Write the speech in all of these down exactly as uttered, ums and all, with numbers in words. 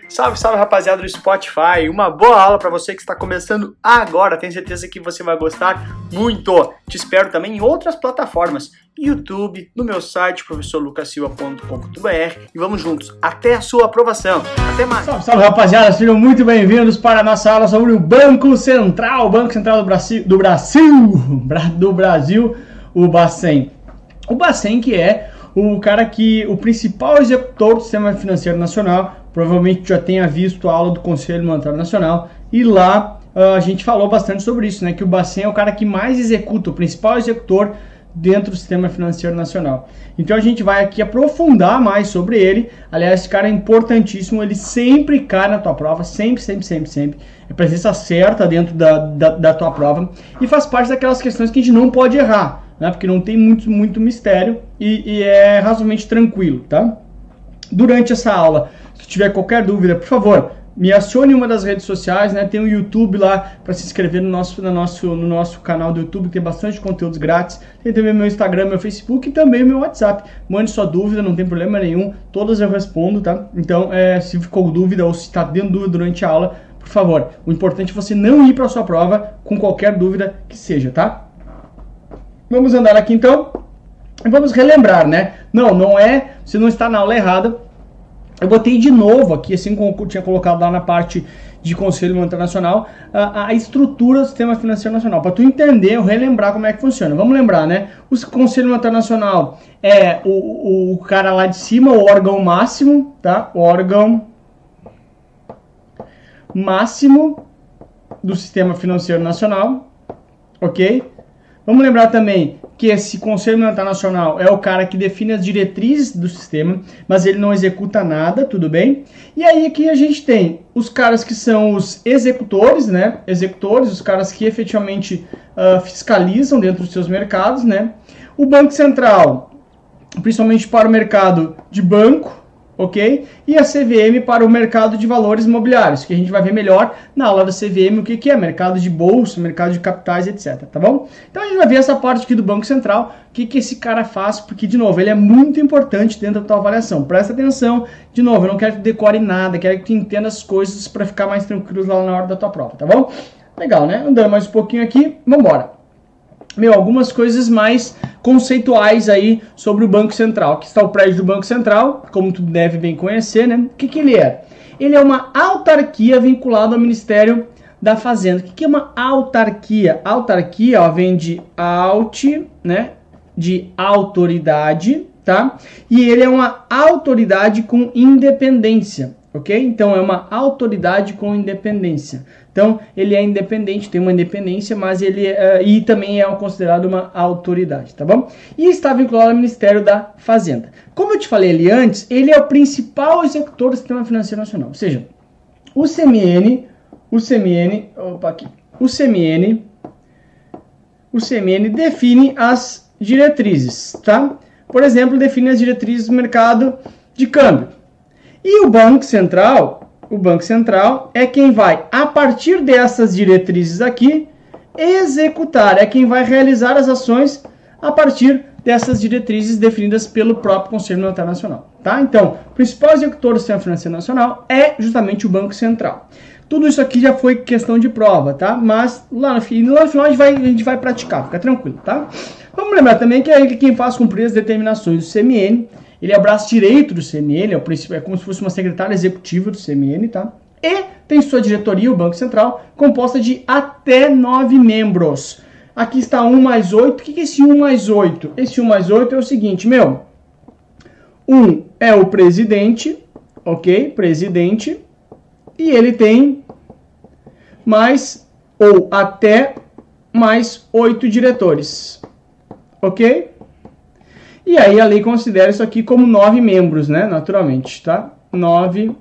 Salve, salve rapaziada do Spotify, uma boa aula para você que está começando agora, tenho certeza que você vai gostar muito. Te espero também em outras plataformas, YouTube, no meu site professor lucas silva ponto com ponto b r e vamos juntos até a sua aprovação. Até mais! Salve, salve rapaziada, sejam muito bem-vindos para a nossa aula sobre o Banco Central, o Banco Central do Brasil, do Brasil, do Brasil, o Bacen. O Bacen que é o cara que, o principal executor do Sistema Financeiro Nacional, provavelmente já tenha visto a aula do Conselho Monetário Nacional, e lá uh, a gente falou bastante sobre isso, né? Que o Bacen é o cara que mais executa, o principal executor dentro do Sistema Financeiro Nacional. Então a gente vai aqui aprofundar mais sobre ele. Aliás, esse cara é importantíssimo, ele sempre cai na tua prova, sempre, sempre, sempre, sempre. É presença certa dentro da, da, da tua prova e faz parte daquelas questões que a gente não pode errar, né? Porque não tem muito, muito mistério e, e é razoavelmente tranquilo, tá? Durante essa aula, se tiver qualquer dúvida, por favor, me acione em uma das redes sociais, né? Tem o YouTube lá para se inscrever no nosso, no, nosso, no nosso canal do YouTube, que tem bastante conteúdos grátis. Tem também meu Instagram, meu Facebook e também o meu WhatsApp. Mande sua dúvida, não tem problema nenhum, todas eu respondo, tá? Então, é, se ficou dúvida ou se está tendo dúvida durante a aula, por favor, o importante é você não ir para a sua prova com qualquer dúvida que seja, tá? Vamos andar aqui então e vamos relembrar, né? Não, não é, você não está na aula errada. Eu botei de novo aqui, assim como eu tinha colocado lá na parte de Conselho Monetário Nacional, a, a estrutura do Sistema Financeiro Nacional, para tu entender ou relembrar como é que funciona. Vamos lembrar, né? O Conselho Monetário Nacional é o, o cara lá de cima, o órgão máximo, tá? O órgão máximo do Sistema Financeiro Nacional, ok? Vamos lembrar também que esse Conselho Monetário Nacional é o cara que define as diretrizes do sistema, mas ele não executa nada, tudo bem? E aí aqui a gente tem os caras que são os executores, né? Executores, os caras que efetivamente uh, fiscalizam dentro dos seus mercados, né? O Banco Central, principalmente para o mercado de banco, ok? E a C V M para o mercado de valores imobiliários, que a gente vai ver melhor na aula da C V M o que, que é mercado de bolsa, mercado de capitais, etcétera. Tá bom? Então a gente vai ver essa parte aqui do Banco Central, o que, que esse cara faz, porque, de novo, ele é muito importante dentro da tua avaliação. Presta atenção, de novo, eu não quero que tu decore nada, quero que tu entenda as coisas para ficar mais tranquilo lá na hora da tua prova, tá bom? Legal, né? Andando mais um pouquinho aqui, vamos embora. Meu, algumas coisas mais conceituais aí sobre o Banco Central. Aqui está o prédio do Banco Central, como tu deve bem conhecer, né? O que, que ele é? Ele é uma autarquia vinculada ao Ministério da Fazenda. O que, que é uma autarquia? Autarquia, ó, vem de aut, né? De autoridade, tá? E ele é uma autoridade com independência, ok? Então, é uma autoridade com independência. Então, ele é independente, tem uma independência, mas ele é, e também é considerado uma autoridade, tá bom? E está vinculado ao Ministério da Fazenda. Como eu te falei ali antes, ele é o principal executor do Sistema Financeiro Nacional. Ou seja, o C M N, o C M N, opa, aqui, o C M N, o C M N define as diretrizes, tá? Por exemplo, define as diretrizes do mercado de câmbio. E o Banco Central... O Banco Central é quem vai, a partir dessas diretrizes aqui, executar, é quem vai realizar as ações a partir dessas diretrizes definidas pelo próprio Conselho Monetário Nacional, tá? Então, o principal executor do Sistema Financeiro Nacional é justamente o Banco Central. Tudo isso aqui já foi questão de prova, tá? Mas lá no, lá no final a gente, vai, a gente vai praticar, fica tranquilo, tá? Vamos lembrar também que é ele quem faz cumprir as determinações do C M N. Ele é o braço direito do C M N, é, o é como se fosse uma secretária executiva do C M N, tá? E tem sua diretoria, o Banco Central, composta de até nove membros. Aqui está um mais oito. O que é esse um mais oito? Esse um mais oito é o seguinte, meu. um é o presidente, ok? Presidente. E ele tem mais, ou até, mais oito diretores, ok? E aí a lei considera isso aqui como nove membros, né? Naturalmente, tá? Nove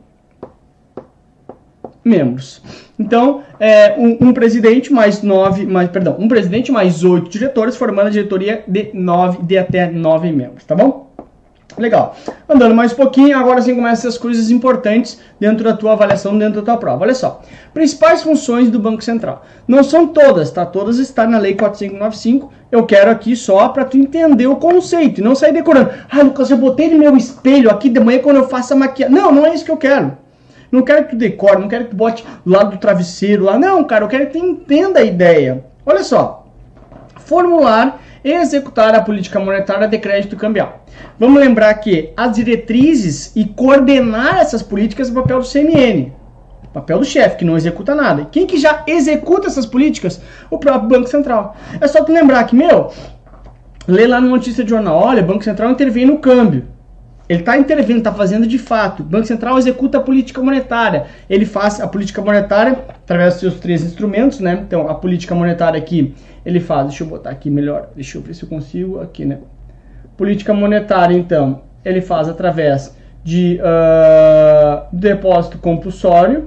membros. Então, é, um, um presidente mais nove, mais, perdão, um presidente mais oito diretores, formando a diretoria de, nove, de até nove membros, tá bom? Legal. Andando mais um pouquinho, agora sim começam as coisas importantes dentro da tua avaliação, dentro da tua prova. Olha só. Principais funções do Banco Central. Não são todas, tá? Todas estão na Lei quatro mil quinhentos e noventa e cinco. Eu quero aqui só para tu entender o conceito e não sair decorando. Ah, Lucas, eu botei no meu espelho aqui de manhã quando eu faço a maquiagem. Não, não é isso que eu quero. Não quero que tu decore, não quero que tu bote do lado do travesseiro lá. Não, cara, eu quero que tu entenda a ideia. Olha só. Formular e executar a política monetária de crédito cambial. Vamos lembrar que as diretrizes e coordenar essas políticas é o papel do C M N. Papel do chefe, que não executa nada. Quem que já executa essas políticas? O próprio Banco Central. É só tu lembrar que, meu, lê lá no notícia de jornal, olha, o Banco Central intervém no câmbio. Ele está intervindo, está fazendo de fato. O Banco Central executa a política monetária. Ele faz a política monetária através dos seus três instrumentos, né? Então, a política monetária aqui, ele faz, deixa eu botar aqui melhor, deixa eu ver se eu consigo, aqui, né? Política monetária, então, ele faz através de uh, depósito compulsório,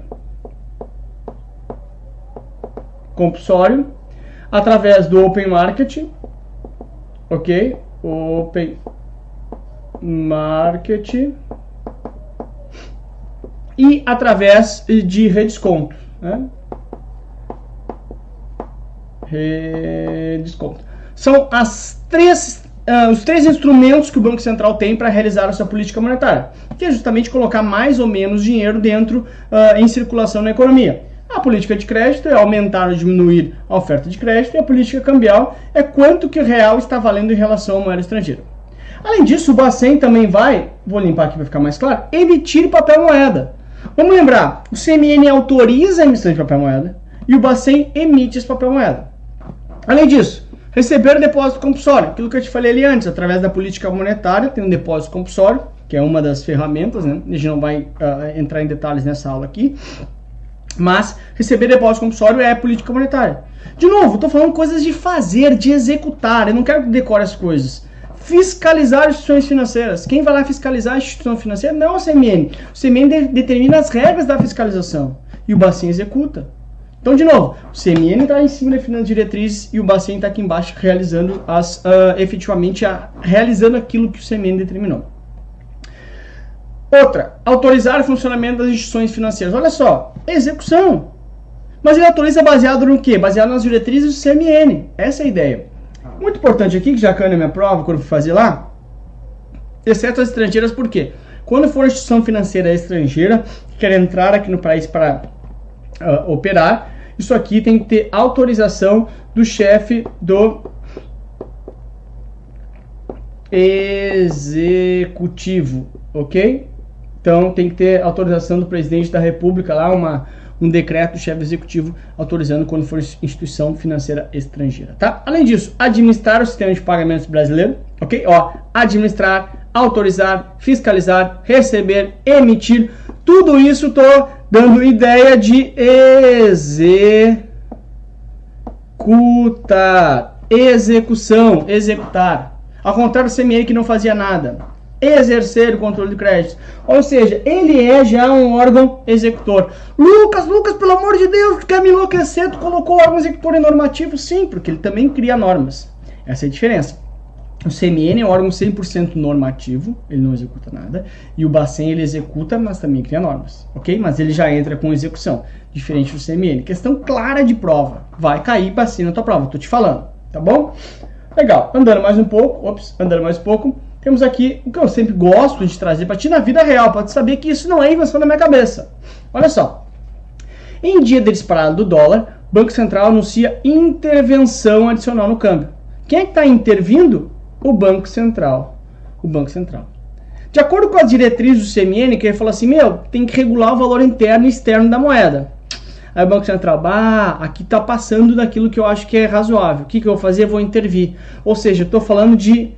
compulsório, através do Open Market, ok? Open Market e através de redesconto, né? Redesconto. São as três, uh, os três instrumentos que o Banco Central tem para realizar a sua política monetária, que é justamente colocar mais ou menos dinheiro dentro uh, em circulação na economia. A política de crédito é aumentar ou diminuir a oferta de crédito, e a política cambial é quanto que o real está valendo em relação à moeda estrangeira. Além disso, o Bacen também vai, vou limpar aqui para ficar mais claro, emitir papel moeda. Vamos lembrar, o C M N autoriza a emissão de papel moeda e o Bacen emite esse papel moeda. Além disso, receber depósito compulsório, aquilo que eu te falei ali antes, através da política monetária, tem um depósito compulsório, que é uma das ferramentas, né? A gente não vai uh, entrar em detalhes nessa aula aqui, mas receber depósito compulsório é política monetária. De novo, estou falando coisas de fazer, de executar, eu não quero que decore as coisas. Fiscalizar instituições financeiras. Quem vai lá fiscalizar a instituição financeira não é o C M N. O C M N de, determina as regras da fiscalização e o Bacen executa. Então, de novo, o C M N está em cima definindo as diretrizes e o Bacen está aqui embaixo realizando as, uh, efetivamente a, realizando aquilo que o C M N determinou. Outra, autorizar o funcionamento das instituições financeiras. Olha só, execução. Mas ele autoriza baseado no quê? Baseado nas diretrizes do C M N. Essa é a ideia. Muito importante aqui, que já caiu na minha prova, quando eu fui fazer lá, exceto as estrangeiras, por quê? Quando for uma instituição financeira estrangeira que quer entrar aqui no país para uh, operar, isso aqui tem que ter autorização do chefe do executivo, ok? Então tem que ter autorização do presidente da república lá, uma, um decreto do chefe executivo autorizando quando for instituição financeira estrangeira, tá? Além disso, administrar o sistema de pagamentos brasileiro, ok? Ó, administrar, autorizar, fiscalizar, receber, emitir, tudo isso tô dando ideia de executar, execução, executar. Ao contrário do C M N que não fazia nada. Exercer o controle de crédito. Ou seja, ele é já um órgão executor. Lucas, Lucas, pelo amor de Deus, tu quer me enlouquecer? Tu colocou o órgão executor em normativo? Sim, porque ele também cria normas. Essa é a diferença. O C M N é um órgão cem por cento normativo, ele não executa nada. E o Bacen ele executa, mas também cria normas. Ok? Mas ele já entra com execução, diferente do C M N. Questão clara de prova. Vai cair Bacen na tua prova, tô te falando. Tá bom? Legal. Andando mais um pouco. Ops, andando mais um pouco. Temos aqui o que eu sempre gosto de trazer para ti na vida real, para te saber que isso não é invenção da minha cabeça. Olha só. Em dia de disparada do dólar, o Banco Central anuncia intervenção adicional no câmbio. Quem é que está intervindo? O Banco Central. O Banco Central. De acordo com as diretrizes do C M N, que ele falou assim, meu, tem que regular o valor interno e externo da moeda. Aí o Banco Central, bah, aqui está passando daquilo que eu acho que é razoável. O que, que eu vou fazer? Eu vou intervir. Ou seja, eu estou falando de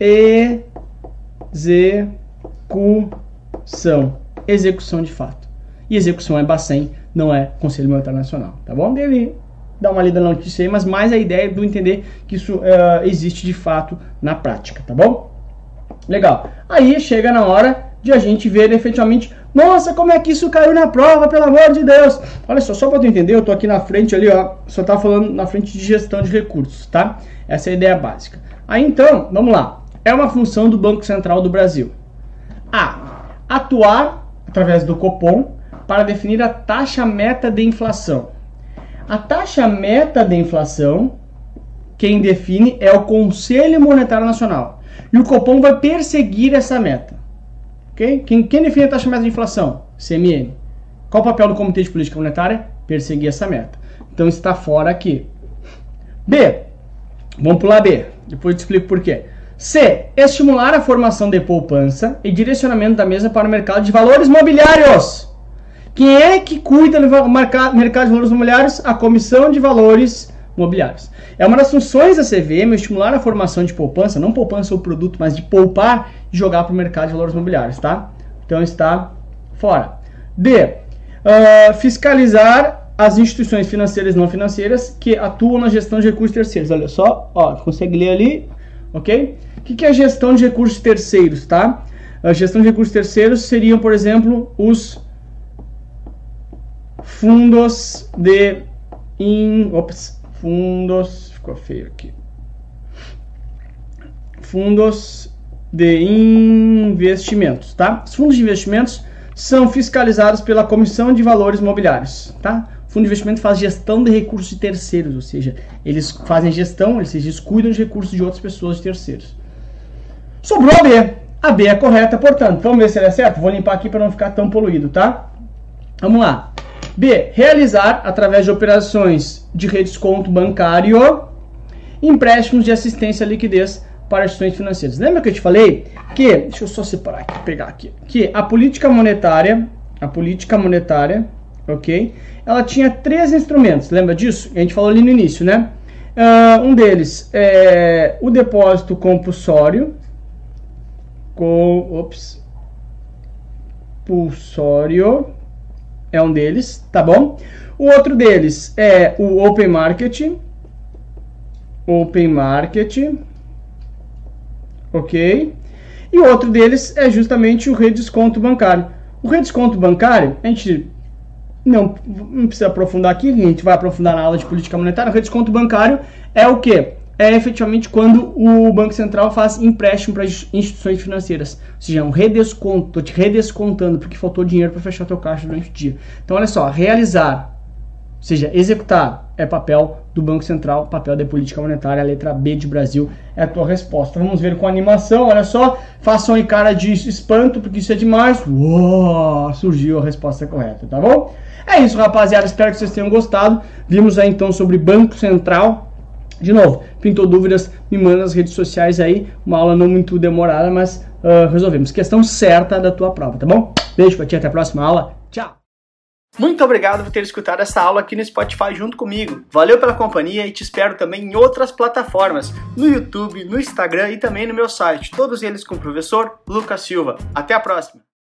execução. Execução de fato. E execução é Bacen, não é Conselho Monetário Nacional. Tá bom? Dele dá uma lida na notícia aí, mas mais a ideia do entender que isso uh, existe de fato na prática. Tá bom? Legal. Aí chega na hora de a gente ver efetivamente, nossa, como é que isso caiu na prova, pelo amor de Deus. Olha só, só para tu entender, eu tô aqui na frente ali, ó, só tá falando na frente de gestão de recursos, tá? Essa é a ideia básica. Aí então, vamos lá. É uma função do Banco Central do Brasil. A. Atuar, através do Copom, para definir a taxa meta de inflação. A taxa meta de inflação, quem define é o Conselho Monetário Nacional. E o Copom vai perseguir essa meta. Okay? Quem, quem define a taxa meta de inflação? C M N. Qual o papel do Comitê de Política Monetária? Perseguir essa meta. Então está fora aqui. B. Vamos pular B. Depois eu te explico por quê. C. Estimular a formação de poupança e direcionamento da mesma para o mercado de valores mobiliários. Quem é que cuida do mercado de valores mobiliários? A Comissão de Valores Mobiliários. É uma das funções da C V M estimular a formação de poupança, não poupança ou produto, mas de poupar e jogar para o mercado de valores mobiliários, tá? Então está fora. D. Uh, fiscalizar as instituições financeiras e não financeiras que atuam na gestão de recursos terceiros. Olha só, ó, consegue ler ali, ok? O que, que é gestão de recursos terceiros, tá? A gestão de recursos terceiros seriam, por exemplo, os fundos de in, ops, fundos, ficou feio aqui. Fundos de investimentos, tá? Os fundos de investimentos são fiscalizados pela Comissão de Valores Mobiliários, tá? O fundo de investimento faz gestão de recursos de terceiros, ou seja, eles fazem gestão, eles, eles cuidam de recursos de outras pessoas, de terceiros. Sobrou a B. A B é correta, portanto, vamos ver se ela é certa? Vou limpar aqui para não ficar tão poluído, tá? Vamos lá. B. Realizar, através de operações de redesconto bancário, empréstimos de assistência à liquidez para instituições financeiras. Lembra que eu te falei que, deixa eu só separar aqui, pegar aqui, que a política monetária, a política monetária, ok? Ela tinha três instrumentos, lembra disso? A gente falou ali no início, né? Uh, um deles é o depósito compulsório, com, ops, compulsório, é um deles, tá bom? O outro deles é o Open Market, Open Market, ok? E o outro deles é justamente o redesconto bancário. O redesconto bancário, a gente não, não precisa aprofundar aqui, a gente vai aprofundar na aula de política monetária. O redesconto bancário é o quê? É efetivamente quando o Banco Central faz empréstimo para instituições financeiras. Ou seja, é um redesconto, estou te redescontando porque faltou dinheiro para fechar teu caixa durante o dia. Então, olha só, realizar, ou seja, executar, é papel do Banco Central, papel da política monetária, a letra B de Brasil é a tua resposta. Vamos ver com animação, olha só, façam aí cara de espanto, porque isso é demais. Uou, surgiu a resposta correta, tá bom? É isso, rapaziada, espero que vocês tenham gostado. Vimos aí então sobre Banco Central. De novo, pintou dúvidas, me manda nas redes sociais aí, uma aula não muito demorada, mas uh, resolvemos. Questão certa da tua prova, tá bom? Beijo pra ti, até a próxima aula, tchau! Muito obrigado por ter escutado essa aula aqui no Spotify junto comigo. Valeu pela companhia e te espero também em outras plataformas, no YouTube, no Instagram e também no meu site, todos eles com o professor Lucas Silva. Até a próxima!